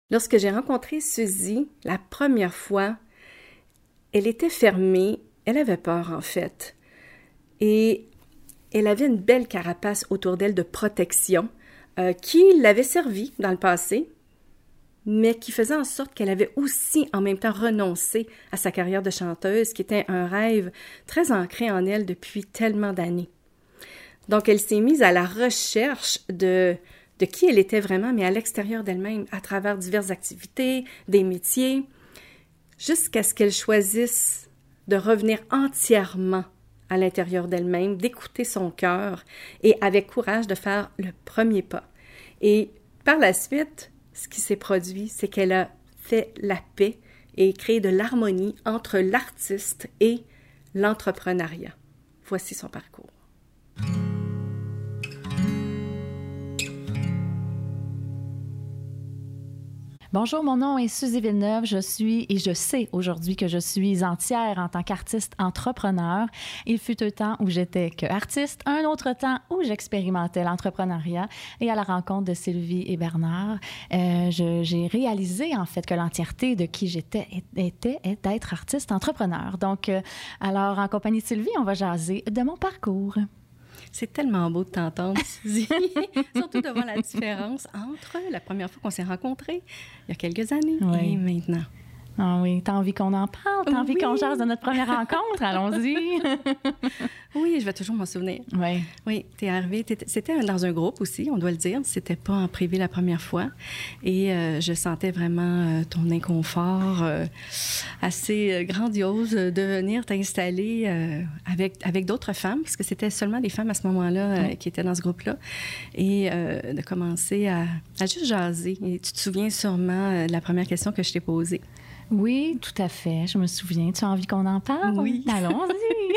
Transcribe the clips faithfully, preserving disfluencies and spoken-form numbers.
Lorsque j'ai rencontré Suzy, la première fois, elle était fermée, elle avait peur en fait. Et elle avait une belle carapace autour d'elle de protection euh, qui l'avait servie dans le passé, mais qui faisait en sorte qu'elle avait aussi en même temps renoncé à sa carrière de chanteuse, qui était un rêve très ancré en elle depuis tellement d'années. Donc elle s'est mise à la recherche de... de qui elle était vraiment, mais à l'extérieur d'elle-même, à travers diverses activités, des métiers, jusqu'à ce qu'elle choisisse de revenir entièrement à l'intérieur d'elle-même, d'écouter son cœur et avec courage de faire le premier pas. Et par la suite, ce qui s'est produit, c'est qu'elle a fait la paix et créé de l'harmonie entre l'artiste et l'entrepreneuriat. Voici son parcours. Bonjour, mon nom est Suzy Villeneuve. Je suis, et je sais aujourd'hui que je suis entière en tant qu'artiste entrepreneur. Il fut un temps où j'étais que artiste, un autre temps où j'expérimentais l'entrepreneuriat. Et à la rencontre de Sylvie et Bernard, euh, je, j'ai réalisé en fait que l'entièreté de qui j'étais était d'être artiste entrepreneur. Donc, euh, alors en compagnie de Sylvie, on va jaser de mon parcours. C'est tellement beau de t'entendre, Suzy, surtout de voir la différence entre la première fois qu'on s'est rencontrés, il y a quelques années, oui. Et maintenant. Ah oui, t'as envie qu'on en parle? T'as envie oui. qu'on jase de notre première rencontre? Allons-y! Oui, je vais toujours m'en souvenir. Oui. Oui, t'es arrivée, t'étais, c'était dans un groupe aussi, on doit le dire. C'était pas en privé la première fois. Et euh, je sentais vraiment euh, ton inconfort euh, assez euh, grandiose de venir t'installer euh, avec, avec d'autres femmes, parce que c'était seulement des femmes à ce moment-là euh, oui. qui étaient dans ce groupe-là. Et euh, de commencer à, à juste jaser. Et tu te souviens sûrement euh, de la première question que je t'ai posée. Oui, tout à fait. Je me souviens. Tu as envie qu'on en parle? Oui. Allons-y!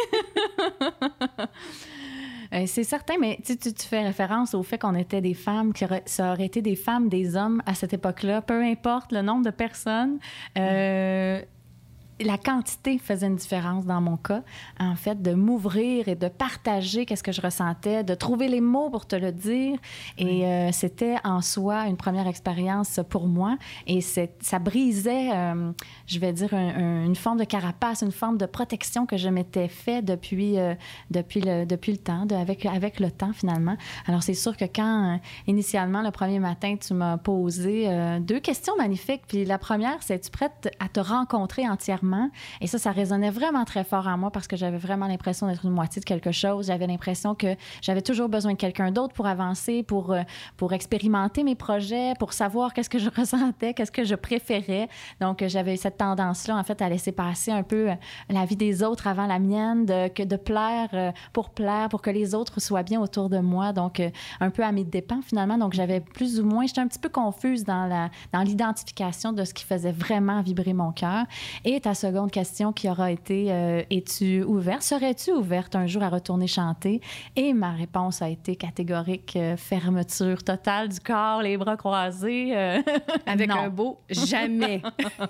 euh, c'est certain, mais tu, tu, tu fais référence au fait qu'on était des femmes, que ça aurait été des femmes, des hommes à cette époque-là, peu importe le nombre de personnes. Euh, La quantité faisait une différence dans mon cas, en fait, de m'ouvrir et de partager qu'est-ce que je ressentais, de trouver les mots pour te le dire. Et oui. euh, c'était en soi une première expérience pour moi. Et c'est, ça brisait, euh, je vais dire, un, un, une forme de carapace, une forme de protection que je m'étais fait depuis, euh, depuis, le, depuis le temps, de, avec, avec le temps, finalement. Alors, c'est sûr que quand, euh, initialement, le premier matin, tu m'as posé euh, deux questions magnifiques. Puis la première, c'est: es-tu prête à te rencontrer entièrement? Et ça, ça résonnait vraiment très fort en moi parce que j'avais vraiment l'impression d'être une moitié de quelque chose. J'avais l'impression que j'avais toujours besoin de quelqu'un d'autre pour avancer, pour, pour expérimenter mes projets, pour savoir qu'est-ce que je ressentais, qu'est-ce que je préférais. Donc, j'avais cette tendance-là, en fait, à laisser passer un peu la vie des autres avant la mienne, de, que de plaire pour plaire, pour que les autres soient bien autour de moi. Donc, un peu à mes dépens, finalement. Donc, j'avais plus ou moins... J'étais un petit peu confuse dans, la, dans l'identification de ce qui faisait vraiment vibrer mon cœur. Et ta seconde question qui aura été euh, « Es-tu ouverte? Serais-tu ouverte un jour à retourner chanter? » Et ma réponse a été catégorique, euh, fermeture totale du corps, les bras croisés. Euh, Avec non. un beau « jamais ».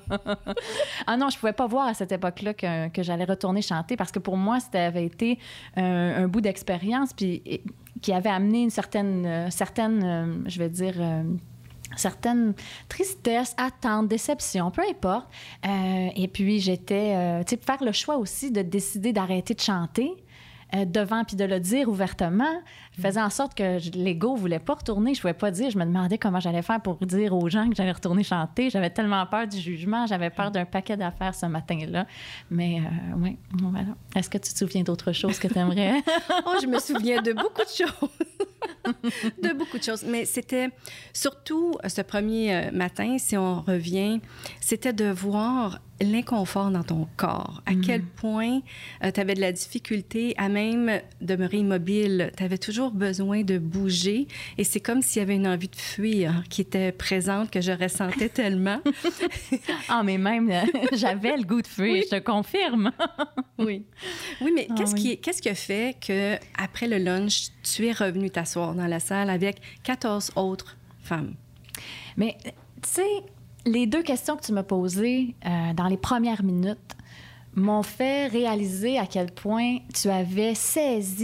Ah non, je pouvais pas voir à cette époque-là que, que j'allais retourner chanter parce que pour moi, c'était avait été un, un bout d'expérience puis et, qui avait amené une certaine, euh, certaine euh, je vais dire... Euh, certaines tristesses, attentes, déceptions, peu importe. Euh, et puis, j'étais... Euh, tu sais, faire le choix aussi de décider d'arrêter de chanter euh, devant puis de le dire ouvertement faisait en sorte que je, l'ego ne voulait pas retourner. Je ne pouvais pas dire. Je me demandais comment j'allais faire pour dire aux gens que j'allais retourner chanter. J'avais tellement peur du jugement. J'avais peur d'un paquet d'affaires ce matin-là. Mais, euh, oui, voilà. Est-ce que tu te souviens d'autre chose que tu aimerais? Oh, je me souviens de beaucoup de choses. de beaucoup de choses. Mais c'était surtout ce premier matin, si on revient, c'était de voir l'inconfort dans ton corps. À mmh. quel point euh, tu avais de la difficulté à même demeurer immobile. Tu avais toujours besoin de bouger. Et c'est comme s'il y avait une envie de fuir qui était présente, que je ressentais tellement. Ah, mais même, euh, j'avais le goût de fuir, oui. Je te confirme. Oui. Oui, mais ah, qu'est-ce, oui. Qui, qu'est-ce qui a fait qu'après le lunch, tu es revenue t'asseoir dans la salle avec quatorze autres femmes? Mais, tu sais, les deux questions que tu m'as posées euh, dans les premières minutes m'ont fait réaliser à quel point tu avais saisi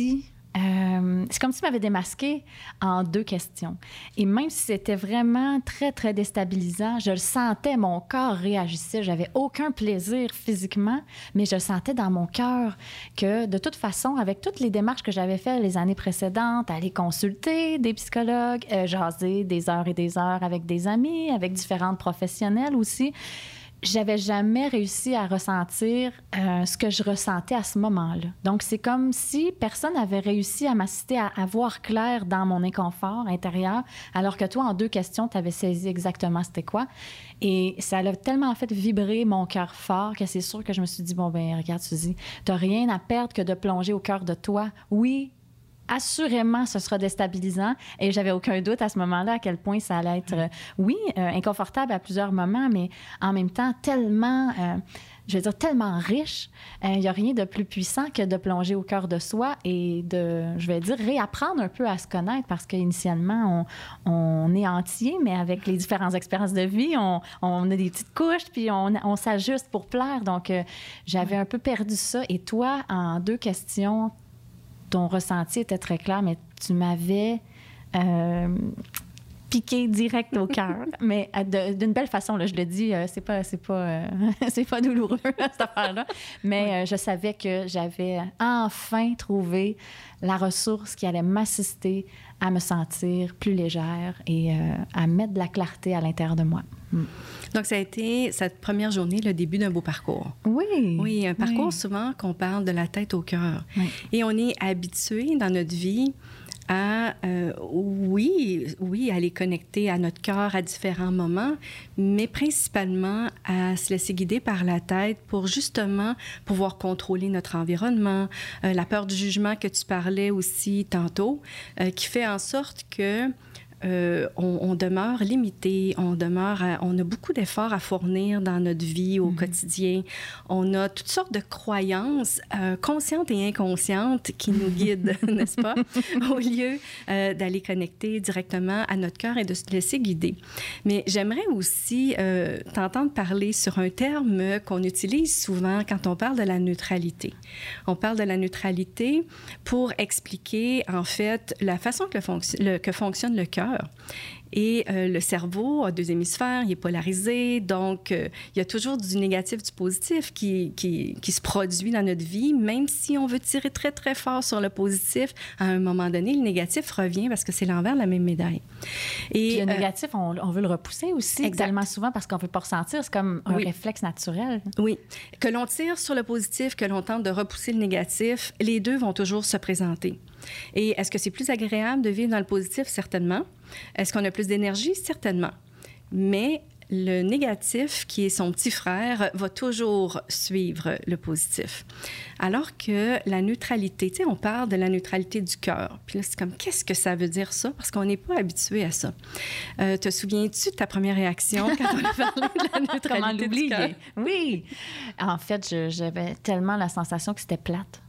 Euh, c'est comme si tu m'avais démasqué en deux questions. Et même si c'était vraiment très, très déstabilisant, je le sentais, mon corps réagissait. J'avais aucun plaisir physiquement, mais je sentais dans mon cœur que, de toute façon, avec toutes les démarches que j'avais faites les années précédentes, aller consulter des psychologues, euh, jaser des heures et des heures avec des amis, avec différentes professionnelles aussi, j'avais jamais réussi à ressentir euh, ce que je ressentais à ce moment-là. Donc, c'est comme si personne n'avait réussi à m'assister à, à voir clair dans mon inconfort intérieur, alors que toi, en deux questions, tu avais saisi exactement c'était quoi. Et ça a tellement fait vibrer mon cœur fort que c'est sûr que je me suis dit, bon, ben regarde, Suzy, tu n'as rien à perdre que de plonger au cœur de toi. Oui, assurément, ce sera déstabilisant. Et j'avais aucun doute à ce moment-là à quel point ça allait être, euh, oui, euh, inconfortable à plusieurs moments, mais en même temps tellement, euh, je veux dire, tellement riche. Il euh, n'y a rien de plus puissant que de plonger au cœur de soi et de, je vais dire, réapprendre un peu à se connaître parce qu'initialement, on, on est entier, mais avec les différentes expériences de vie, on, on a des petites couches, puis on, on s'ajuste pour plaire. Donc, euh, j'avais un peu perdu ça. Et toi, en deux questions, ton ressenti était très clair, mais tu m'avais euh, piqué direct au cœur. Mais de, d'une belle façon, là, je le dis, euh, c'est pas, c'est pas, euh, c'est pas douloureux, cette affaire-là. Mais oui. euh, je savais que j'avais enfin trouvé la ressource qui allait m'assister à me sentir plus légère et euh, à mettre de la clarté à l'intérieur de moi. Mm. Donc, ça a été cette première journée, le début d'un beau parcours. Oui. Oui, un parcours oui. souvent qu'on parle de la tête au cœur. Oui. Et on est habitué dans notre vie à, euh, oui, oui, aller connecter à notre cœur à différents moments, mais principalement à se laisser guider par la tête pour justement pouvoir contrôler notre environnement, euh, la peur du jugement que tu parlais aussi tantôt, euh, qui fait en sorte que Euh, on, on demeure limité, on demeure, à, on a beaucoup d'efforts à fournir dans notre vie au mm-hmm. quotidien. On a toutes sortes de croyances euh, conscientes et inconscientes qui nous guident, n'est-ce pas, au lieu euh, d'aller connecter directement à notre cœur et de se laisser guider. Mais j'aimerais aussi euh, t'entendre parler sur un terme qu'on utilise souvent quand on parle de la neutralité. On parle de la neutralité pour expliquer, en fait, la façon que, le fonc- le, que fonctionne le cœur. Et euh, le cerveau a deux hémisphères, il est polarisé, donc euh, il y a toujours du négatif, du positif qui, qui, qui se produit dans notre vie, même si on veut tirer très, très fort sur le positif, à un moment donné, le négatif revient parce que c'est l'envers de la même médaille. Et puis le euh, négatif, on, on veut le repousser aussi, exact. Tellement souvent parce qu'on ne veut pas ressentir, c'est comme un oui. réflexe naturel. Oui. Que l'on tire sur le positif, que l'on tente de repousser le négatif, les deux vont toujours se présenter. Et est-ce que c'est plus agréable de vivre dans le positif? Certainement. Est-ce qu'on a plus d'énergie? Certainement. Mais le négatif, qui est son petit frère, va toujours suivre le positif. Alors que la neutralité, tu sais, on parle de la neutralité du cœur. Puis là, c'est comme, qu'est-ce que ça veut dire ça? Parce qu'on n'est pas habitué à ça. Euh, te souviens-tu de ta première réaction quand on a parlé de la neutralité Comment du cœur? Oui. En fait, je, j'avais tellement la sensation que c'était plate.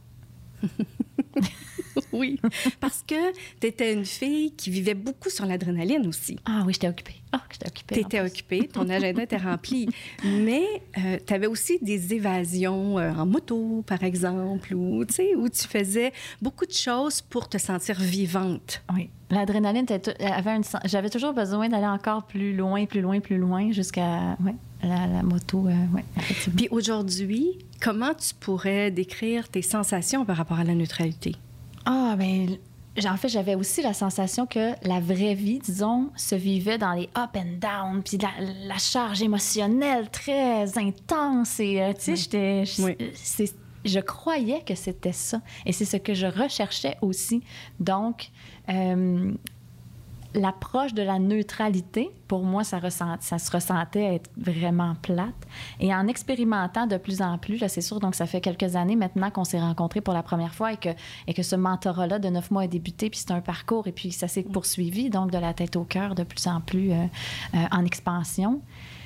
Oui, parce que tu étais une fille qui vivait beaucoup sur l'adrénaline aussi. Ah oui, j'étais occupée. Ah, j'étais occupée. Tu étais occupée, ton agenda était rempli. Mais euh, tu avais aussi des évasions euh, en moto, par exemple, où, tu sais, où tu faisais beaucoup de choses pour te sentir vivante. Oui. L'adrénaline, avait une, j'avais toujours besoin d'aller encore plus loin, plus loin, plus loin, jusqu'à ouais, la, la moto. Euh, ouais, effectivement. Puis aujourd'hui, comment tu pourrais décrire tes sensations par rapport à la neutralité? Ah, bien, en fait, j'avais aussi la sensation que la vraie vie, disons, se vivait dans les up and down, puis la, la charge émotionnelle très intense. Et, euh, tu sais, oui. j'étais... Oui. C'est, je croyais que c'était ça. Et c'est ce que je recherchais aussi. Donc, euh, l'approche de la neutralité, pour moi, ça, ressent, ça se ressentait être vraiment plate. Et en expérimentant de plus en plus, là, c'est sûr, donc ça fait quelques années maintenant qu'on s'est rencontrés pour la première fois et que, et que ce mentorat-là de neuf mois a débuté, puis c'est un parcours, et puis ça s'est poursuivi, donc de la tête au cœur, de plus en plus euh, euh, en expansion.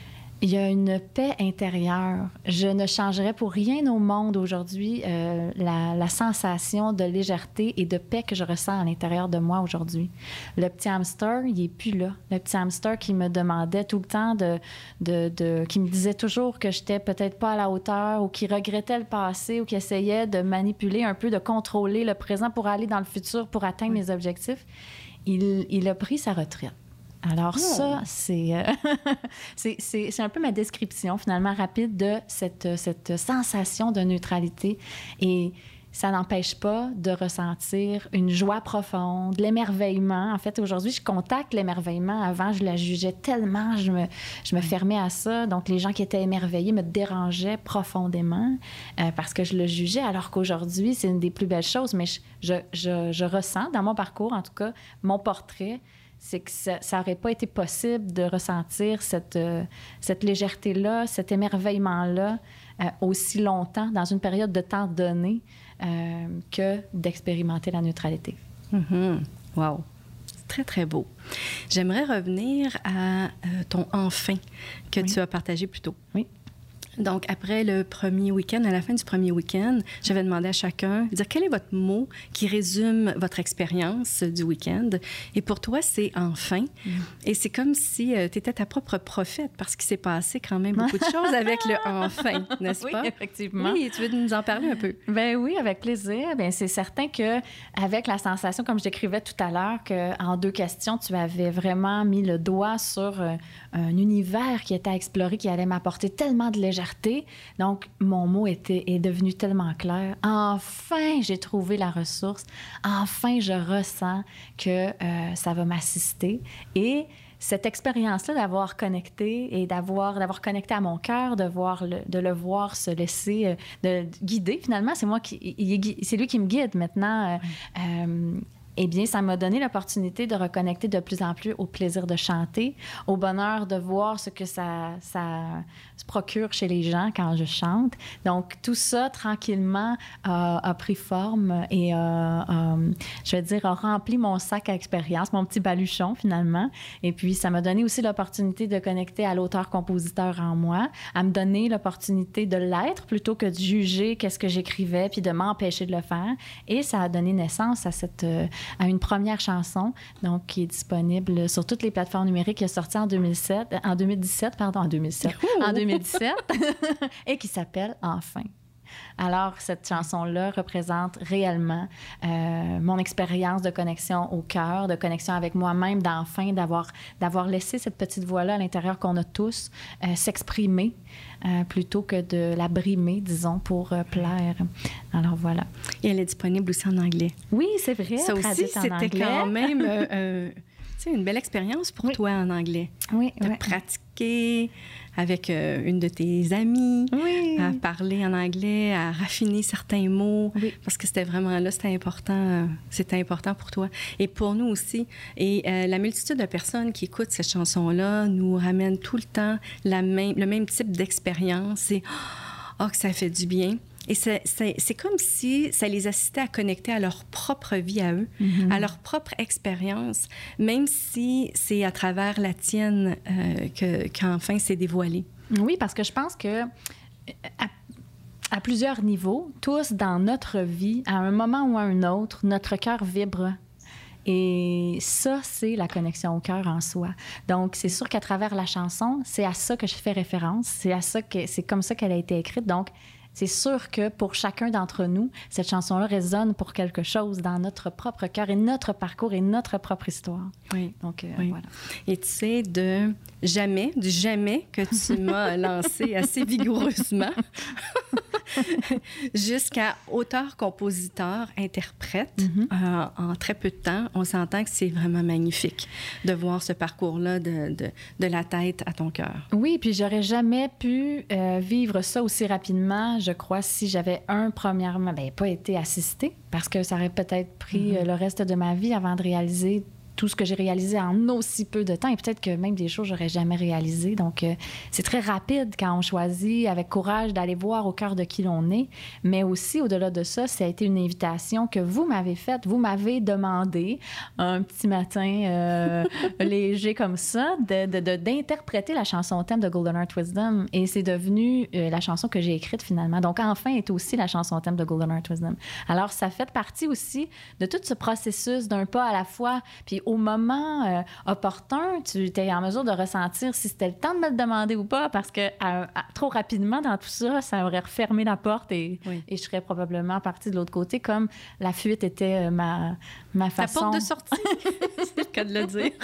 Il y a une paix intérieure. Je ne changerais pour rien au monde aujourd'hui euh, la, la sensation de légèreté et de paix que je ressens à l'intérieur de moi aujourd'hui. Le petit hamster, il n'est plus là. Le petit hamster qui me demandait tout le temps, de, de, de, qui me disait toujours que j'étais peut-être pas à la hauteur ou qui regrettait le passé ou qui essayait de manipuler un peu, de contrôler le présent pour aller dans le futur, pour atteindre oui. mes objectifs, il, il a pris sa retraite. Alors, oh. ça, c'est, euh, c'est, c'est, c'est un peu ma description, finalement, rapide de cette, cette sensation de neutralité. Et ça n'empêche pas de ressentir une joie profonde, l'émerveillement. En fait, aujourd'hui, je contacte l'émerveillement. Avant, je la jugeais tellement, je me, je me fermais à ça. Donc, les gens qui étaient émerveillés me dérangeaient profondément euh, parce que je le jugeais, alors qu'aujourd'hui, c'est une des plus belles choses. Mais je, je, je, je ressens, dans mon parcours, en tout cas, mon portrait, c'est que ça n'aurait pas été possible de ressentir cette, euh, cette légèreté-là, cet émerveillement-là euh, aussi longtemps, dans une période de temps donnée, euh, que d'expérimenter la neutralité. Mm-hmm. Wow! C'est très, très beau. J'aimerais revenir à euh, ton « enfin » que oui. tu as partagé plus tôt. Oui. Donc, après le premier week-end, à la fin du premier week-end, j'avais demandé à chacun de dire quel est votre mot qui résume votre expérience du week-end. Et pour toi, c'est « enfin ». Mm. Et c'est comme si euh, tu étais ta propre prophète parce qu'il s'est passé quand même beaucoup de choses avec le « enfin », n'est-ce pas? Oui, effectivement. Oui, tu veux nous en parler un peu? Bien oui, avec plaisir. Bien, c'est certain qu'avec la sensation, comme je décrivais tout à l'heure, qu'en deux questions, tu avais vraiment mis le doigt sur euh, un univers qui était à explorer, qui allait m'apporter tellement de légèreté. Donc, mon mot était, est devenu tellement clair. Enfin, j'ai trouvé la ressource. Enfin, je ressens que euh, ça va m'assister. Et cette expérience-là d'avoir connecté et d'avoir, d'avoir connecté à mon cœur, de, voir le, de le voir se laisser euh, de, de guider, finalement, c'est moi qui, il, c'est lui qui me guide maintenant. Euh, euh, Eh bien, ça m'a donné l'opportunité de reconnecter de plus en plus au plaisir de chanter, au bonheur de voir ce que ça, ça se procure chez les gens quand je chante. Donc, tout ça, tranquillement, euh, a pris forme et, euh, euh, je vais dire, a rempli mon sac à expérience, mon petit baluchon, finalement. Et puis, ça m'a donné aussi l'opportunité de connecter à l'auteur-compositeur en moi, à me donner l'opportunité de l'être plutôt que de juger qu'est-ce que j'écrivais puis de m'empêcher de le faire. Et ça a donné naissance à cette... Euh, à une première chanson, donc qui est disponible sur toutes les plateformes numériques, qui est sortie en deux mille sept, en deux mille dix-sept, pardon, en deux mille sept, Ouh! en deux mille dix-sept, et qui s'appelle « Enfin ». Alors, cette chanson-là représente réellement euh, mon expérience de connexion au cœur, de connexion avec moi-même, d'enfin, d'avoir, d'avoir laissé cette petite voix-là à l'intérieur qu'on a tous euh, s'exprimer euh, plutôt que de la brimer, disons, pour euh, plaire. Alors, voilà. Et elle est disponible aussi en anglais. Oui, c'est vrai. Ça aussi, c'était quand même euh, euh, tu sais, une belle expérience pour oui. toi en anglais. Oui, de oui. pratiquer avec euh, une de tes amies, oui. à parler en anglais, à raffiner certains mots, oui. parce que c'était vraiment là, c'était important, euh, c'était important pour toi. Et pour nous aussi. Et euh, la multitude de personnes qui écoutent cette chanson-là nous ramènent tout le temps la même, le même type d'expérience. Et oh, que ça fait du bien. Et c'est, c'est, c'est comme si ça les assistait à connecter à leur propre vie à eux, mm-hmm. à leur propre expérience, même si c'est à travers la tienne euh, que, qu'enfin c'est dévoilé. Oui, parce que je pense que à, à plusieurs niveaux, tous dans notre vie, à un moment ou à un autre, notre cœur vibre. Et ça, c'est la connexion au cœur en soi. Donc, c'est sûr qu'à travers la chanson, c'est à ça que je fais référence. C'est à ça que, c'est comme ça qu'elle a été écrite. Donc, c'est sûr que pour chacun d'entre nous, cette chanson-là résonne pour quelque chose dans notre propre cœur et notre parcours et notre propre histoire. Oui. Donc, euh, oui. voilà. Et tu sais, de jamais, du jamais que tu m'as lancé assez vigoureusement jusqu'à auteur, compositeur, interprète, mm-hmm. euh, en très peu de temps, on s'entend que c'est vraiment magnifique de voir ce parcours-là de, de, de la tête à ton cœur. Oui, puis j'aurais jamais pu euh, vivre ça aussi rapidement, je crois, si j'avais, un, premièrement, bien, pas été assistée, parce que ça aurait peut-être pris mm-hmm. euh, le reste de ma vie avant de réaliser tout ce que j'ai réalisé en aussi peu de temps, et peut-être que même des choses que j'aurais jamais réalisées. Donc, euh, c'est très rapide quand on choisit avec courage d'aller voir au cœur de qui l'on est. Mais aussi, au-delà de ça, ça a été une invitation que vous m'avez faite. Vous m'avez demandé, un petit matin euh, léger comme ça, de, de, de, d'interpréter la chanson thème de Golden Earth Wisdom. Et c'est devenu euh, la chanson que j'ai écrite finalement. Donc, enfin, est aussi la chanson thème de Golden Earth Wisdom. Alors, ça fait partie aussi de tout ce processus d'un pas à la fois. Puis, au moment euh, opportun, tu étais en mesure de ressentir si c'était le temps de me le demander ou pas, parce que à, à, trop rapidement dans tout ça, ça aurait refermé la porte et, oui. et je serais probablement partie de l'autre côté, comme la fuite était euh, ma, ma façon... La porte de sortie, c'est le cas de le dire.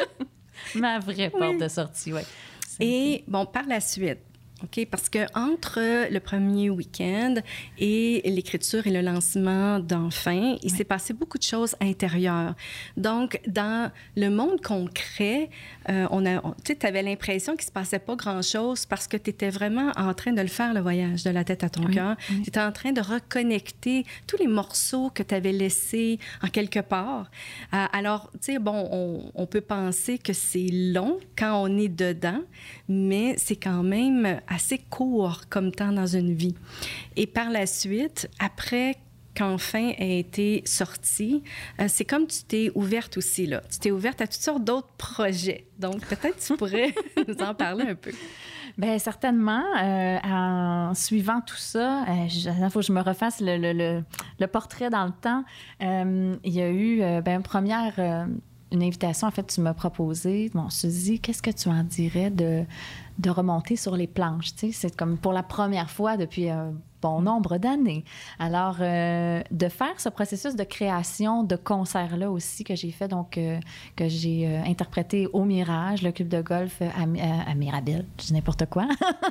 Ma vraie porte oui. de sortie, oui. Et bon, par la suite, OK, parce que entre le premier week-end et l'écriture et le lancement d'Enfin, il oui. s'est passé beaucoup de choses intérieures. Donc, dans le monde concret, euh, on a, tu sais, avais l'impression qu'il se passait pas grand-chose parce que tu étais vraiment en train de le faire, le voyage de la tête à ton oui. cœur. Oui. Tu étais en train de reconnecter tous les morceaux que tu avais laissés en quelque part. Euh, alors, tu sais, bon, on, on peut penser que c'est long quand on est dedans, mais c'est quand même assez court comme temps dans une vie. Et par la suite, après qu'Enfin a été sorti, euh, c'est comme tu t'es ouverte aussi, là. Tu t'es ouverte à toutes sortes d'autres projets. Donc, peut-être tu pourrais nous en parler un peu. Bien, certainement. Euh, en suivant tout ça, euh, il faut que je me refasse le, le, le, le portrait dans le temps. Euh, il y a eu, euh, bien, première... Euh, une invitation, en fait, tu m'as proposé. Bon, Suzy, qu'est-ce que tu en dirais de, de remonter sur les planches? Tu sais, c'est comme pour la première fois depuis un bon nombre d'années. Alors, euh, de faire ce processus de création de concerts-là aussi que j'ai fait, donc euh, que j'ai euh, interprété au Mirage, le club de golf à, à, à Mirabel, je dis n'importe quoi.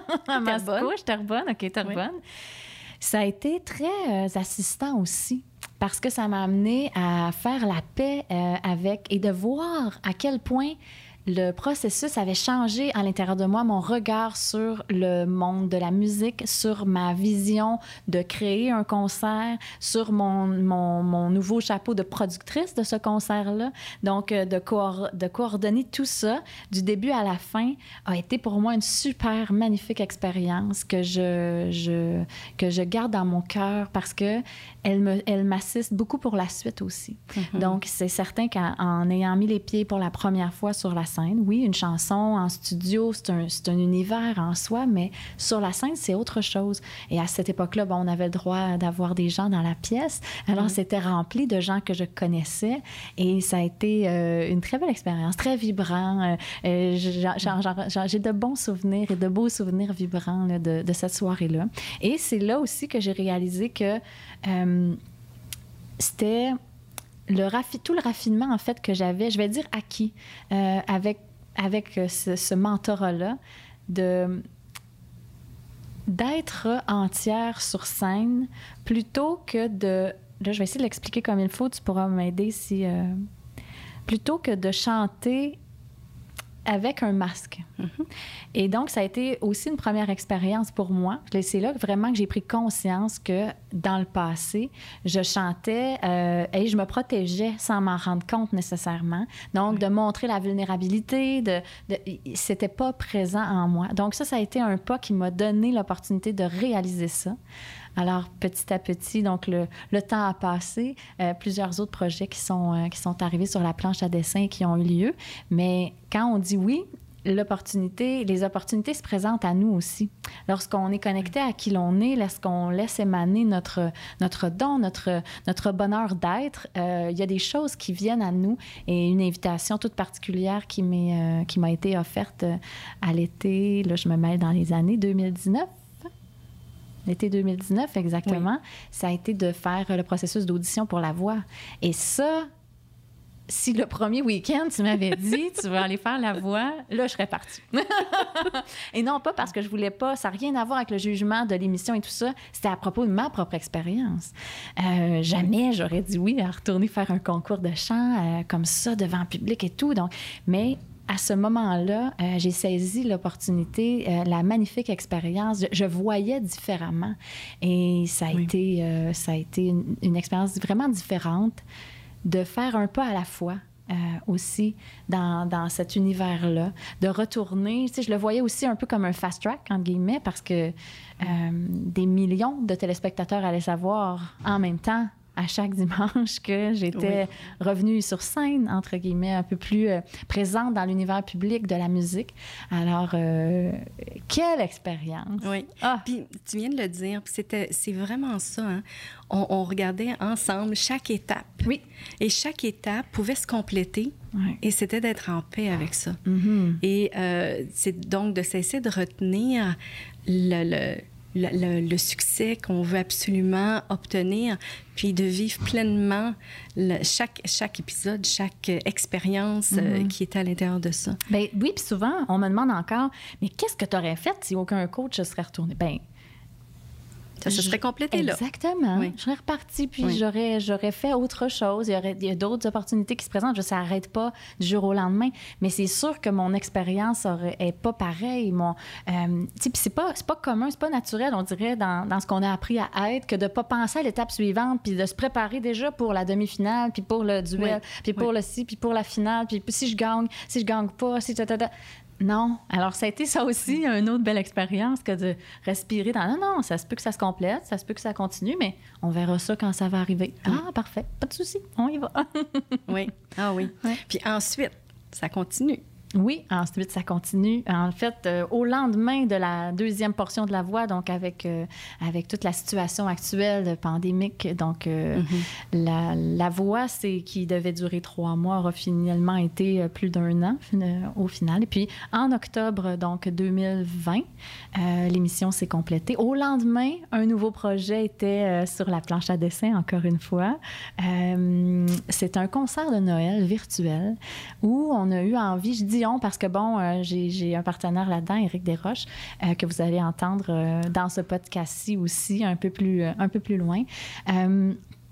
À Mascouche, Terrebonne, OK, Terrebonne. Oui. Ça a été très euh, assistant aussi. Parce que ça m'a amené à faire la paix euh, avec et de voir à quel point le processus avait changé à l'intérieur de moi, mon regard sur le monde de la musique, sur ma vision de créer un concert, sur mon, mon, mon nouveau chapeau de productrice de ce concert-là. Donc, de, coor- de coordonner tout ça du début à la fin a été pour moi une super magnifique expérience que je, je, que je garde dans mon cœur parce que elle, me, elle m'assiste beaucoup pour la suite aussi. Mm-hmm. Donc, c'est certain qu'en ayant mis les pieds pour la première fois sur la scène, oui, une chanson en studio, c'est un, c'est un univers en soi, mais sur la scène, c'est autre chose. Et à cette époque-là, bon, on avait le droit d'avoir des gens dans la pièce. Alors, mm-hmm. c'était rempli de gens que je connaissais et ça a été euh, une très belle expérience, très vibrant. Euh, j'ai, j'ai, j'ai de bons souvenirs et de beaux souvenirs vibrants là, de, de cette soirée-là. Et c'est là aussi que j'ai réalisé que euh, c'était... Le raffi- tout le raffinement, en fait, que j'avais, je vais dire acquis, euh, avec, avec ce, ce mentorat-là, de, d'être entière sur scène plutôt que de... Là, je vais essayer de l'expliquer comme il faut, tu pourras m'aider si... Euh, plutôt que de chanter avec un masque. Mm-hmm. Et donc, ça a été aussi une première expérience pour moi. C'est là vraiment que j'ai pris conscience que dans le passé, je chantais euh, et je me protégeais sans m'en rendre compte nécessairement. Donc, mm-hmm. de montrer la vulnérabilité, de, de, c'était pas présent en moi. Donc, ça, ça a été un pas qui m'a donné l'opportunité de réaliser ça. Alors, petit à petit, donc le, le temps a passé. Euh, plusieurs autres projets qui sont, euh, qui sont arrivés sur la planche à dessin et qui ont eu lieu. Mais quand on dit oui, l'opportunité, les opportunités se présentent à nous aussi. Lorsqu'on est connecté à qui l'on est, lorsqu'on laisse émaner notre, notre don, notre, notre bonheur d'être, euh, il y a des choses qui viennent à nous et une invitation toute particulière qui, m'est, euh, qui m'a été offerte à l'été, là je me mêle dans les années deux mille dix-neuf. L'été deux mille dix-neuf, exactement, oui. Ça a été de faire le processus d'audition pour la voix. Et ça, si le premier week-end, tu m'avais dit, tu vas aller faire la voix, là, je serais partie. Et non, pas parce que je voulais pas, ça n'a rien à voir avec le jugement de l'émission et tout ça, c'était à propos de ma propre expérience. Euh, jamais j'aurais dit oui à retourner faire un concours de chant euh, comme ça, devant le public et tout. Donc, mais... à ce moment-là, euh, j'ai saisi l'opportunité, euh, la magnifique expérience. Je, je voyais différemment. Et ça a oui. été, euh, ça a été une, une expérience vraiment différente de faire un pas à la fois. euh, aussi dans, dans cet univers-là, de retourner. Tu sais, je le voyais aussi un peu comme un fast track, entre guillemets, parce que euh, des millions de téléspectateurs allaient savoir en même temps à chaque dimanche que j'étais oui. revenue sur scène, entre guillemets, un peu plus euh, présente dans l'univers public de la musique. Alors, euh, quelle expérience! Oui. Ah. Puis, tu viens de le dire, puis c'était, c'est vraiment ça. Hein? On, on regardait ensemble chaque étape. Oui. Et chaque étape pouvait se compléter. Oui. Et c'était d'être en paix avec ça. Mm-hmm. Et euh, c'est donc de cesser de retenir le... le Le, le, le succès qu'on veut absolument obtenir, puis de vivre pleinement le, chaque, chaque épisode, chaque expérience mm-hmm. euh, qui est à l'intérieur de ça. Bien, oui, puis souvent, on me demande encore, mais qu'est-ce que tu aurais fait si aucun coach serait retourné? Bien, ça se serait complété, là. Exactement. Oui. Je serais repartie, puis oui. j'aurais, j'aurais fait autre chose. Il y aurait il y a d'autres opportunités qui se présentent. Je, ça n'arrête pas du jour au lendemain. Mais c'est sûr que mon expérience n'est pas pareille. Mon, euh, puis c'est pas, c'est pas commun, c'est pas naturel, on dirait, dans, dans ce qu'on a appris à être, que de ne pas penser à l'étape suivante, puis de se préparer déjà pour la demi-finale, puis pour le duel, oui. puis pour oui. le ci, puis pour la finale, puis si je gagne, si je gagne pas, si... Tata. Non. Alors, ça a été ça aussi, une autre belle expérience que de respirer dans... Non, non, ça se peut que ça se complète, ça se peut que ça continue, mais on verra ça quand ça va arriver. Oui. Ah, parfait, pas de souci, on y va. Oui, ah oui. oui. Puis ensuite, ça continue. Oui, ensuite, ça continue. En fait, euh, au lendemain de la deuxième portion de La Voix, donc avec, euh, avec toute la situation actuelle pandémique, donc euh, mm-hmm. la, la Voix, c'est, qui devait durer trois mois, aura finalement été plus d'un an euh, au final. Et puis, en octobre, donc deux mille vingt, euh, l'émission s'est complétée. Au lendemain, un nouveau projet était euh, sur la planche à dessin, encore une fois. Euh, c'est un concert de Noël virtuel où on a eu envie, je dis parce que, bon, euh, j'ai, j'ai un partenaire là-dedans, Éric Desroches, euh, que vous allez entendre euh, dans ce podcast-ci aussi, un peu plus, euh, un peu plus loin. Euh,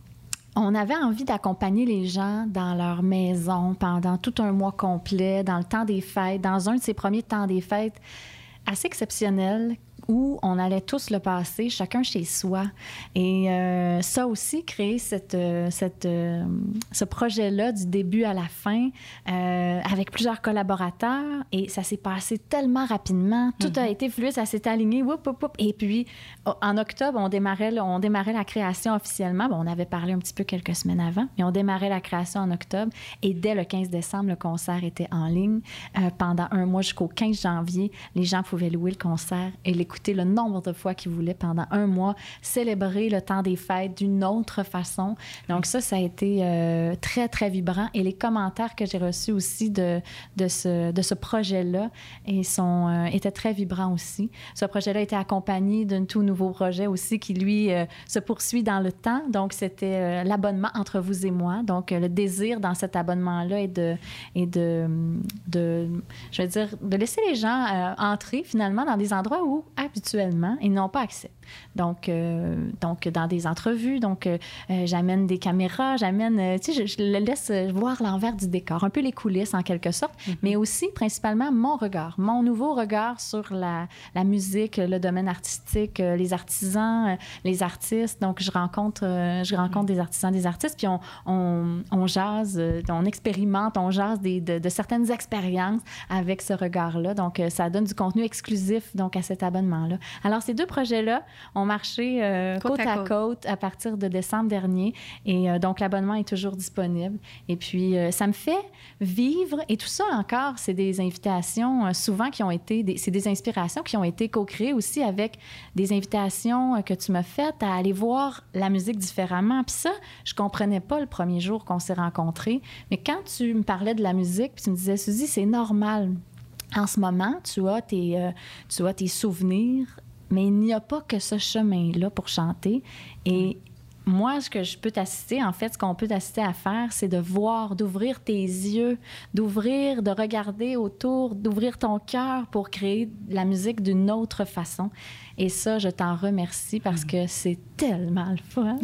on avait envie d'accompagner les gens dans leur maison pendant tout un mois complet, dans le temps des fêtes, dans un de ces premiers temps des fêtes assez exceptionnels, où on allait tous le passer, chacun chez soi. Et euh, ça aussi, créer cette, euh, cette, euh, ce projet-là du début à la fin, euh, avec plusieurs collaborateurs, et ça s'est passé tellement rapidement. Tout mm-hmm. a été fluide, ça s'est aligné, whoop, whoop, whoop. Et puis, en octobre, on démarrait, on démarrait la création officiellement. Bon, on avait parlé un petit peu quelques semaines avant, mais on démarrait la création en octobre. Et dès le quinze décembre, le concert était en ligne. Euh, pendant un mois, jusqu'au quinze janvier, les gens pouvaient louer le concert et l'écouter le nombre de fois qu'ils voulaient pendant un mois, célébrer le temps des fêtes d'une autre façon. Donc ça, ça a été euh, très, très vibrant. Et les commentaires que j'ai reçus aussi de, de, ce, de ce projet-là et sont, euh, étaient très vibrants aussi. Ce projet-là a été accompagné d'un tout nouveau projet aussi qui, lui, euh, se poursuit dans le temps. Donc, c'était euh, l'abonnement entre vous et moi. Donc, euh, le désir dans cet abonnement-là est de, est de, de, je veux dire, de laisser les gens euh, entrer finalement dans des endroits où, habituellement, ils n'ont pas accès. Donc, euh, donc dans des entrevues, donc euh, j'amène des caméras, j'amène, euh, tu sais, je, je le laisse voir l'envers du décor, un peu les coulisses en quelque sorte, mm-hmm. mais aussi principalement mon regard, mon nouveau regard sur la, la musique, le domaine artistique, euh, les artisans, euh, les artistes. Donc, je rencontre, euh, je rencontre mm-hmm. des artisans, des artistes, puis on, on, on jase, euh, on expérimente, on jase des, de, de certaines expériences avec ce regard-là. Donc, euh, ça donne du contenu exclusif donc à cet abonnement-là. Alors, ces deux projets-là ont marché euh, côte, côte à côte. côte à partir de décembre dernier. Et euh, donc, l'abonnement est toujours disponible. Et puis, euh, ça me fait vivre. Et tout ça encore, c'est des invitations euh, souvent qui ont été... Des, c'est des inspirations qui ont été co-créées aussi avec des invitations euh, que tu m'as faites à aller voir la musique différemment. Puis ça, je comprenais pas le premier jour qu'on s'est rencontrés. Mais quand tu me parlais de la musique, puis tu me disais, Suzy, c'est normal. En ce moment, tu as tes, euh, tu as tes souvenirs, mais il n'y a pas que ce chemin-là pour chanter. Et moi, ce que je peux t'assister, en fait, ce qu'on peut t'assister à faire, c'est de voir, d'ouvrir tes yeux, d'ouvrir, de regarder autour, d'ouvrir ton cœur pour créer la musique d'une autre façon. Et ça, je t'en remercie parce que c'est tellement le fun.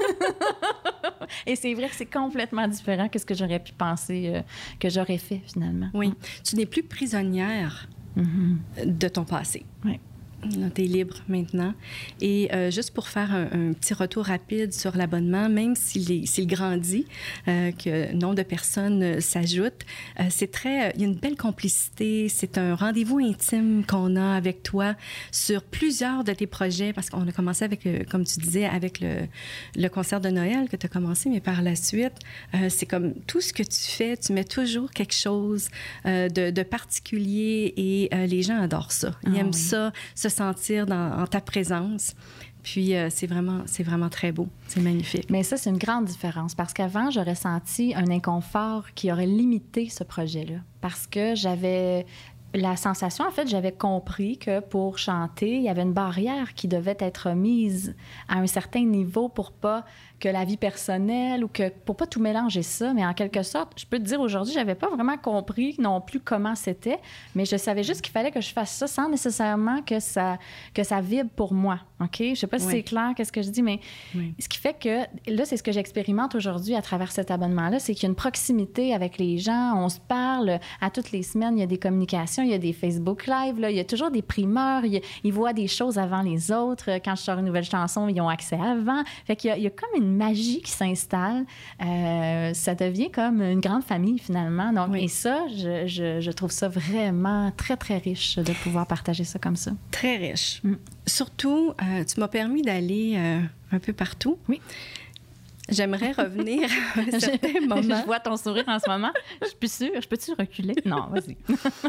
Et c'est vrai que c'est complètement différent que ce que j'aurais pu penser euh, que j'aurais fait, finalement. Oui. Tu n'es plus prisonnière mm-hmm. de ton passé. Oui. Tu es libre maintenant. Et euh, juste pour faire un, un petit retour rapide sur l'abonnement, même s'il, est, s'il grandit, euh, que le nombre de personnes euh, s'ajoute, euh, c'est très... Il y a une belle complicité. C'est un rendez-vous intime qu'on a avec toi sur plusieurs de tes projets, parce qu'on a commencé avec, euh, comme tu disais, avec le, le concert de Noël que tu as commencé, mais par la suite, euh, c'est comme tout ce que tu fais, tu mets toujours quelque chose euh, de, de particulier et euh, les gens adorent ça. Ils Ah, aiment oui. ça, se sentir dans, en ta présence. Puis, euh, c'est vraiment, c'est vraiment très beau. C'est magnifique. Mais ça, c'est une grande différence parce qu'avant, j'aurais senti un inconfort qui aurait limité ce projet-là. Parce que j'avais la sensation, en fait, j'avais compris que pour chanter, il y avait une barrière qui devait être mise à un certain niveau pour pas que la vie personnelle ou que pour pas tout mélanger ça. Mais en quelque sorte, je peux te dire aujourd'hui, j'avais pas vraiment compris non plus comment c'était, mais je savais juste qu'il fallait que je fasse ça sans nécessairement que ça que ça vibre pour moi. OK? Je sais pas si Oui. c'est clair qu'est-ce que je dis, mais Oui. ce qui fait que là, c'est ce que j'expérimente aujourd'hui à travers cet abonnement-là, c'est qu'il y a une proximité avec les gens. On se parle à toutes les semaines. Il y a des communications, il y a des Facebook Live, là, il y a toujours des primeurs. Il y a- ils voient des choses avant les autres. Quand je sors une nouvelle chanson, ils ont accès avant. Fait qu'il y a, il y a comme une magie qui s'installe. Euh, ça devient comme une grande famille, finalement. Donc, Oui. et ça, je, je, je trouve ça vraiment très, très riche de pouvoir partager ça comme ça. Très riche. Mm. Surtout, euh, tu m'as permis d'aller euh, un peu partout. Oui. J'aimerais revenir à un certain moment. Je vois ton sourire en ce moment. Je suis plus sûre. Je peux-tu reculer? Non, vas-y.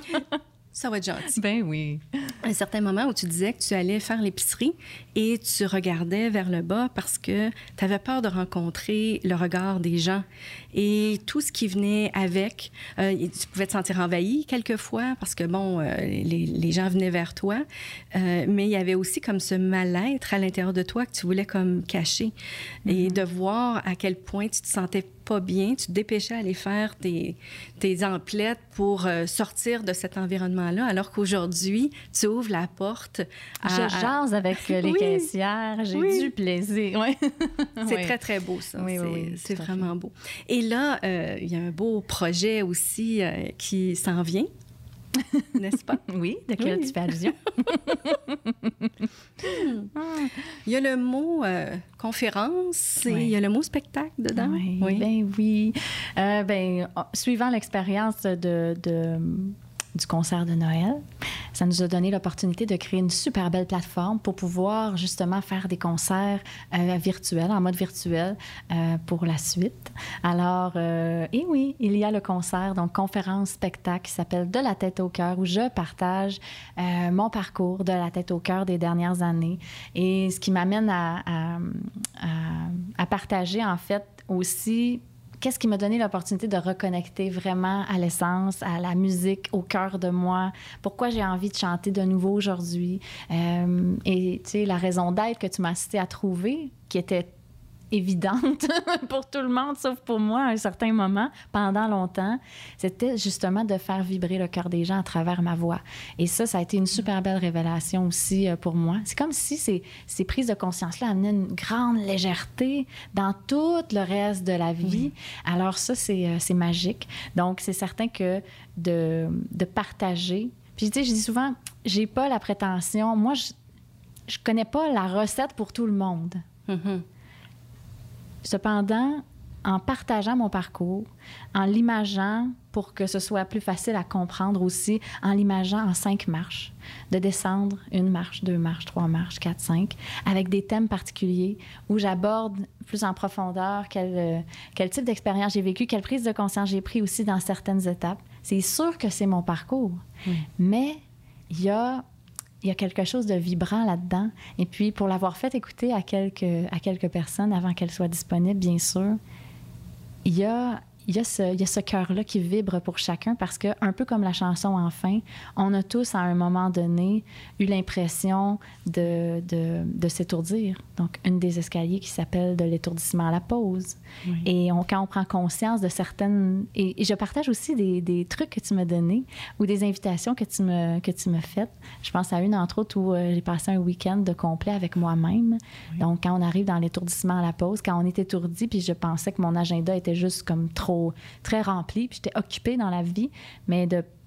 Ça va être gentil. Ben oui. À un certain moment où tu disais que tu allais faire l'épicerie et tu regardais vers le bas parce que tu avais peur de rencontrer le regard des gens et tout ce qui venait avec. Euh, tu pouvais te sentir envahi quelquefois parce que, bon, euh, les, les gens venaient vers toi, euh, mais il y avait aussi comme ce mal-être à l'intérieur de toi que tu voulais comme cacher. Mm-hmm. Et de voir à quel point tu te sentais pas bien, tu te dépêchais à aller faire tes, tes emplettes pour euh, sortir de cet environnement-là, alors qu'aujourd'hui, tu ouvres la porte à... Je jase avec euh, les Oui. caissières, j'ai Oui. du plaisir. Ouais. C'est Oui. très, très beau, ça. Oui, c'est oui, oui, c'est tout à vraiment beau. Et là, euh, il y a un beau projet aussi euh, qui s'en vient, n'est-ce pas? Oui, de quel Oui. tu fais allusion? Il y a le mot euh, conférence et Oui. il y a le mot spectacle dedans. Oui, ben oui. Euh, ben, oh, suivant l'expérience de, de, du concert de Noël, ça nous a donné l'opportunité de créer une super belle plateforme pour pouvoir justement faire des concerts euh, virtuels, en mode virtuel, euh, pour la suite. Alors, euh, et oui, il y a le concert, donc conférence spectacle qui s'appelle De la tête au cœur, où je partage euh, mon parcours de la tête au cœur des dernières années. Et ce qui m'amène à, à, à, à partager, en fait, aussi qu'est-ce qui m'a donné l'opportunité de reconnecter vraiment à l'essence, à la musique, au cœur de moi? Pourquoi j'ai envie de chanter de nouveau aujourd'hui? Euh, et tu sais, la raison d'être que tu m'as cité à trouver, qui était évidente pour tout le monde, sauf pour moi à un certain moment, pendant longtemps, c'était justement de faire vibrer le cœur des gens à travers ma voix. Et ça, ça a été une super belle révélation aussi pour moi. C'est comme si ces, ces prises de conscience-là amenaient une grande légèreté dans tout le reste de la vie. Oui. Alors ça, c'est, c'est magique. Donc, c'est certain que de, de partager... Puis, tu sais, je dis souvent, j'ai pas la prétention... Moi, je, je connais pas la recette pour tout le monde. Mm-hmm. Cependant, en partageant mon parcours, en l'imageant pour que ce soit plus facile à comprendre aussi, en l'imageant en cinq marches, de descendre une marche, deux marches, trois marches, quatre, cinq, avec des thèmes particuliers où j'aborde plus en profondeur quel, euh, quel type d'expérience j'ai vécu, quelle prise de conscience j'ai pris aussi dans certaines étapes. C'est sûr que c'est mon parcours, mmh. mais il y a... Il y a quelque chose de vibrant là-dedans. Et puis, pour l'avoir fait écouter à quelques, à quelques personnes avant qu'elles soient disponibles, bien sûr, il y a, il y a ce, il y a ce cœur-là qui vibre pour chacun parce que, un peu comme la chanson « Enfin », on a tous, à un moment donné, eu l'impression de, de, de s'étourdir. Donc, une des escaliers qui s'appelle de l'étourdissement à la pause. Oui. Et on, quand on prend conscience de certaines... Et, et je partage aussi des, des trucs que tu m'as donnés ou des invitations que tu me, que tu m'as faites. Je pense à une, entre autres, où euh, j'ai passé un week-end de complet avec moi-même. Oui. Donc, quand on arrive dans l'étourdissement à la pause, quand on est étourdi, puis je pensais que mon agenda était juste comme trop, très rempli, puis j'étais occupée dans la vie, mais de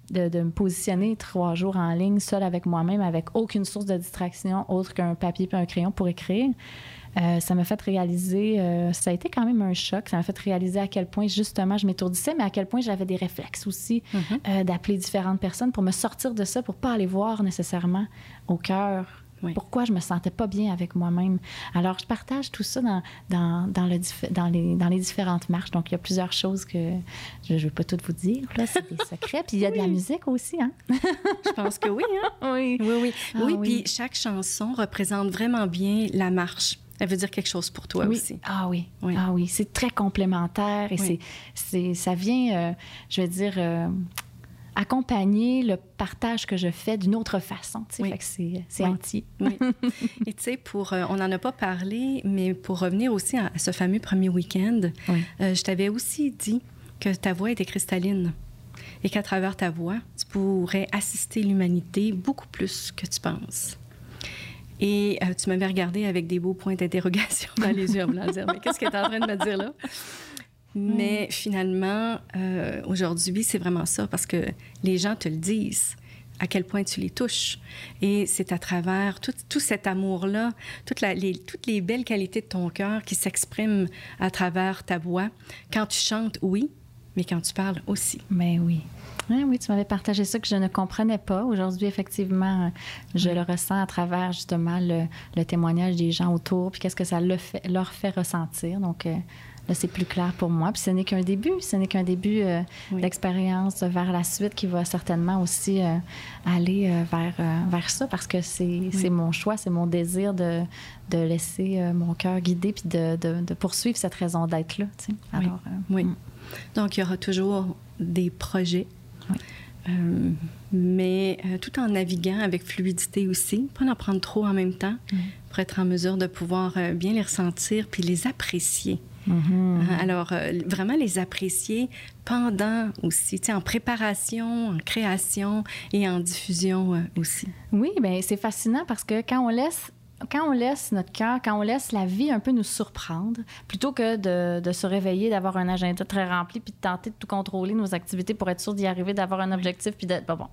de, de me positionner trois jours en ligne, seule avec moi-même, avec aucune source de distraction autre qu'un papier et un crayon pour écrire. Euh, ça m'a fait réaliser, euh, ça a été quand même un choc, ça m'a fait réaliser à quel point, justement, je m'étourdissais, mais à quel point j'avais des réflexes aussi mm-hmm. euh, d'appeler différentes personnes pour me sortir de ça, pour pas aller voir nécessairement au cœur. Oui. Pourquoi je me sentais pas bien avec moi-même. Alors, je partage tout ça dans, dans, dans, le, dans, les, dans les différentes marches. Donc, il y a plusieurs choses que je ne vais pas toutes vous dire. Là, c'est des secrets. Puis, il y a oui. de la musique aussi, hein? Je pense que oui, hein? Oui. Oui, oui. Ah, oui, oui. Puis, chaque chanson représente vraiment bien la marche. Elle veut dire quelque chose pour toi oui. aussi. Ah oui, oui. Ah oui. C'est très complémentaire et oui. c'est, c'est, ça vient, euh, je veux dire... Euh, accompagner le partage que je fais d'une autre façon. Tu sais, oui. Fait que c'est, c'est oui. entier. Oui. Et tu sais, pour, euh, on n'en a pas parlé, mais pour revenir aussi à, à ce fameux premier week-end, oui. euh, je t'avais aussi dit que ta voix était cristalline et qu'à travers ta voix, tu pourrais assister l'humanité beaucoup plus que tu penses. Et euh, tu m'avais regardé avec des beaux points d'interrogation dans les yeux, en me disant, mais qu'est-ce que tu es en train de me dire là? Mais mmh. finalement, euh, aujourd'hui, c'est vraiment ça, parce que les gens te le disent, à quel point tu les touches. Et c'est à travers tout, tout cet amour-là, toute la, les, toutes les belles qualités de ton cœur qui s'expriment à travers ta voix. Quand tu chantes, oui, mais quand tu parles aussi. Mais oui. Oui, oui, tu m'avais partagé ça que je ne comprenais pas. Aujourd'hui, effectivement, je mmh. le ressens à travers, justement, le, le témoignage des gens autour, puis qu'est-ce que ça leur fait, leur fait ressentir. Donc... Euh, Là, c'est plus clair pour moi. Puis ce n'est qu'un début. Ce n'est qu'un début euh, oui. d'expérience vers la suite qui va certainement aussi euh, aller euh, vers, euh, vers ça parce que c'est, oui. c'est mon choix, c'est mon désir de, de laisser euh, mon cœur guider puis de, de, de poursuivre cette raison d'être-là. Tu sais. Alors, oui. Euh, oui. Mm. Donc, il y aura toujours des projets, oui. euh, mais euh, tout en naviguant avec fluidité aussi, pas en prendre trop en même temps mm. pour être en mesure de pouvoir euh, bien les ressentir puis les apprécier. Mm-hmm. Alors, euh, vraiment les apprécier pendant aussi, tu sais, en préparation, en création et en diffusion euh, aussi. Oui, bien, c'est fascinant parce que quand on laisse, quand on laisse notre cœur, quand on laisse la vie un peu nous surprendre, plutôt que de, de se réveiller, d'avoir un agenda très rempli puis de tenter de tout contrôler nos activités pour être sûr d'y arriver, d'avoir un objectif puis d'être... Bon, bon.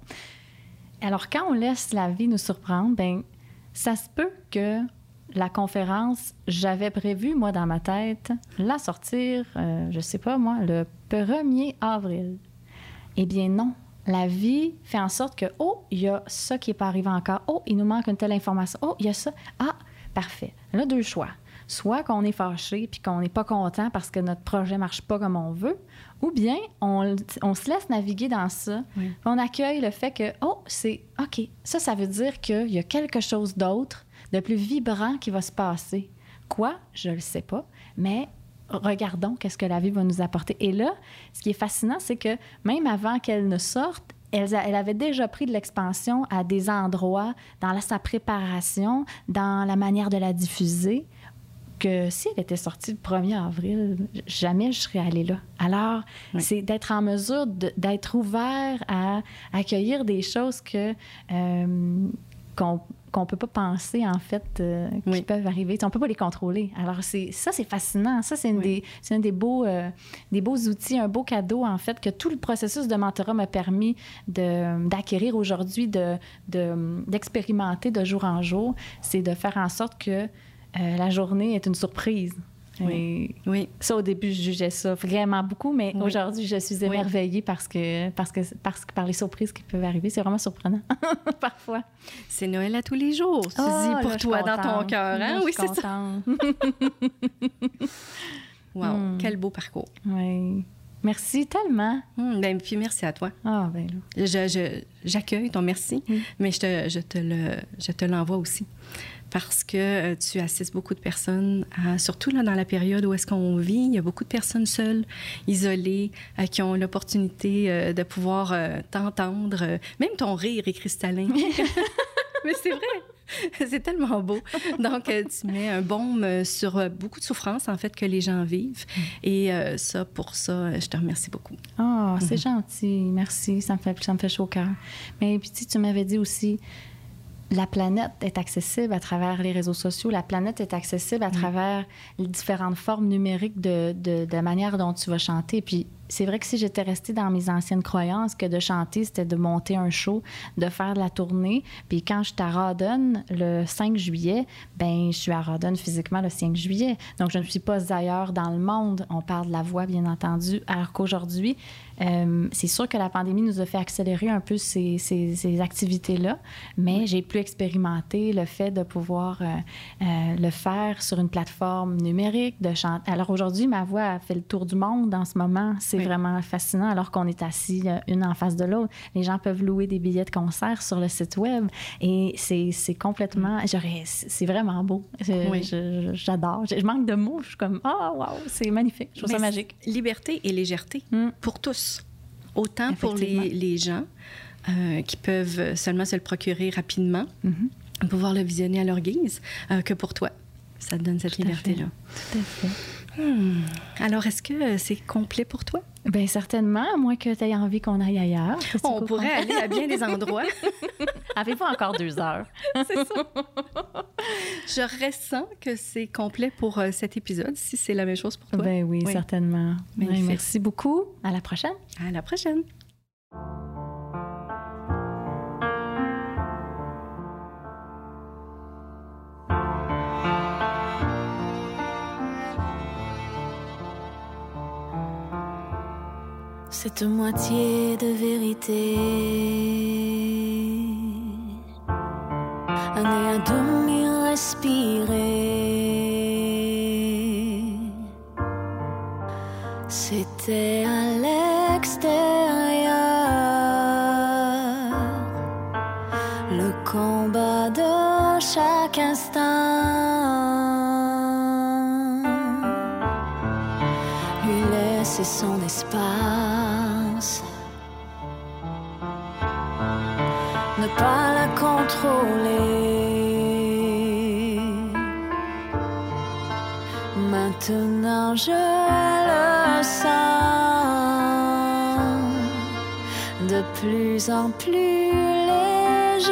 Alors, quand on laisse la vie nous surprendre, bien, ça se peut que la conférence, j'avais prévu, moi, dans ma tête, la sortir, euh, je sais pas, moi, le premier avril. Eh bien, non. La vie fait en sorte que, oh, il y a ça qui n'est pas arrivé encore. Oh, il nous manque une telle information. Oh, il y a ça. Ah, parfait. Là, deux choix. Soit qu'on est fâché puis qu'on n'est pas content parce que notre projet ne marche pas comme on veut, ou bien on, on se laisse naviguer dans ça. Oui. On accueille le fait que, oh, c'est OK. Ça, ça veut dire qu'il y a quelque chose d'autre de plus vibrant qui va se passer. Quoi? Je ne le sais pas, mais regardons qu'est-ce que la vie va nous apporter. Et là, ce qui est fascinant, c'est que même avant qu'elle ne sorte, elle, elle avait déjà pris de l'expansion à des endroits dans la, sa préparation, dans la manière de la diffuser, que si elle était sortie le premier avril, jamais je serais allée là. Alors, oui. c'est d'être en mesure de, d'être ouvert à accueillir des choses que, euh, qu'on qu'on peut pas penser, en fait, euh, qui oui. peuvent arriver. T'sais, on peut pas les contrôler. Alors, c'est, ça, c'est fascinant. Ça, c'est, une oui. des, c'est un des beaux, euh, des beaux outils, un beau cadeau, en fait, que tout le processus de mentorat m'a permis de, d'acquérir aujourd'hui, de, de, d'expérimenter de jour en jour. C'est de faire en sorte que euh, la journée est une surprise. Oui. oui. Ça, au début, je jugeais ça vraiment beaucoup, mais oui. aujourd'hui, je suis émerveillée oui. parce, que, parce, que, parce que par les surprises qui peuvent arriver. C'est vraiment surprenant, parfois. C'est Noël à tous les jours, Suzy, oh, pour là, toi, dans ton cœur. Hein? Là, oui, je suis c'est contente. ça. Wow, mm. quel beau parcours. Oui. Merci tellement. Mm, ben, puis merci à toi. Ah, ben là. Je, je, j'accueille ton merci, mm. mais je te, je, te le, je te l'envoie aussi. Parce que euh, tu assistes beaucoup de personnes, à, surtout là, dans la période où est-ce qu'on vit, il y a beaucoup de personnes seules, isolées, euh, qui ont l'opportunité euh, de pouvoir euh, t'entendre. Euh, même ton rire est cristallin. Mais c'est vrai, c'est tellement beau. Donc, euh, tu mets un baume sur euh, beaucoup de souffrances, en fait, que les gens vivent. Et euh, ça, pour ça, je te remercie beaucoup. Ah, oh, c'est mm-hmm. gentil. Merci. Ça me fait, ça me fait chaud au cœur. Mais puis, tu m'avais dit aussi... La planète est accessible à travers les réseaux sociaux. La planète est accessible à mmh. travers les différentes formes numériques de, de, de la manière dont tu vas chanter. Puis c'est vrai que si j'étais restée dans mes anciennes croyances, que de chanter, c'était de monter un show, de faire de la tournée. Puis quand je suis à Rawdon le cinq juillet, ben je suis à Rawdon physiquement le cinq juillet. Donc, je ne suis pas ailleurs dans le monde. On parle de la voix, bien entendu. Alors qu'aujourd'hui, euh, c'est sûr que la pandémie nous a fait accélérer un peu ces, ces, ces activités-là, mais j'ai pu expérimenter le fait de pouvoir euh, euh, le faire sur une plateforme numérique, de chanter. Alors aujourd'hui, ma voix a fait le tour du monde en ce moment. C'est oui. vraiment fascinant, alors qu'on est assis une en face de l'autre. Les gens peuvent louer des billets de concert sur le site web et c'est, c'est complètement... J'aurais, c'est vraiment beau. Je, oui. je, j'adore. Je, je manque de mots. Je suis comme, ah, oh, wow, c'est magnifique. Je trouve mais ça magique. Liberté et légèreté mm. pour tous. Autant pour les, les gens euh, qui peuvent seulement se le procurer rapidement, mm-hmm. pouvoir le visionner à leur guise, euh, que pour toi. Ça te donne cette Tout liberté-là. Tout à fait. Hmm. Alors, est-ce que c'est complet pour toi? Bien, certainement, à moins que tu aies envie qu'on aille ailleurs. On pourrait aller à bien des endroits. Avez-vous encore deux heures? C'est ça. Je ressens que c'est complet pour euh, cet épisode, si c'est la même chose pour toi. Ben oui, oui. certainement. Oui, merci beaucoup. À la prochaine. À la prochaine. Cette moitié de vérité, un nez à demi respirer, c'était à l'extérieur, le combat de chaque instant, lui laisser son espace. Ne pas la contrôler. Maintenant je le sens, de plus en plus léger,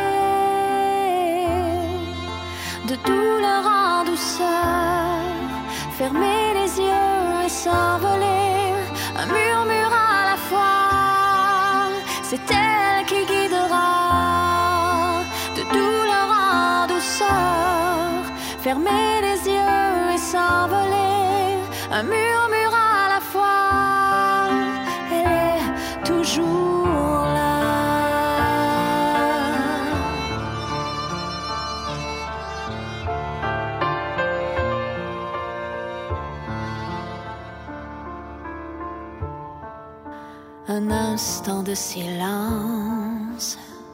de douleur en douceur, fermer les yeux et s'envoler, un murmure à la fois, c'est elle qui guidera, de douleur en douceur, fermer les yeux et s'envoler, un murmure à la fois, elle est toujours là. Un instant de silence,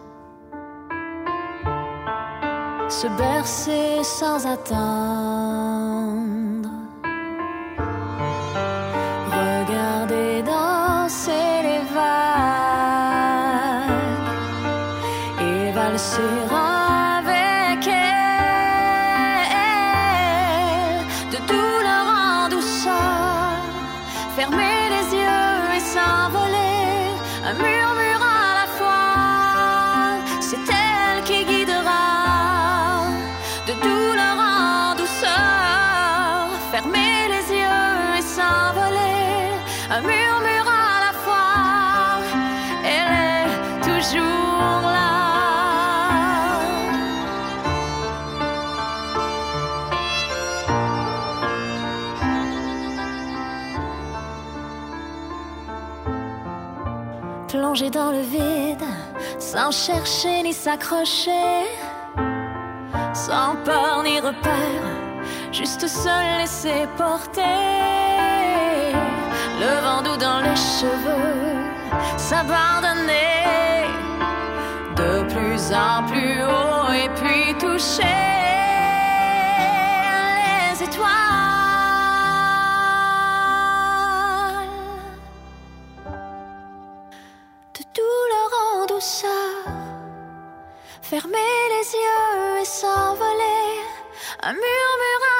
se bercer sans attendre, regarder danser les vagues et valser avec elle, de douleur en douceur, fermer les yeux et s'envoler, un murmure à la fois, c'est elle qui guidera, de douleur en douceur, fermer les yeux et s'envoler, un murmure à la fois, elle est toujours là. Plonger dans le vide, sans chercher ni s'accrocher, sans peur ni repère, juste se laisser porter, le vent doux dans les cheveux, s'abandonner de plus en plus haut et puis toucher les étoiles, de douleur en douceur, fermer les yeux et s'envoler, un murmure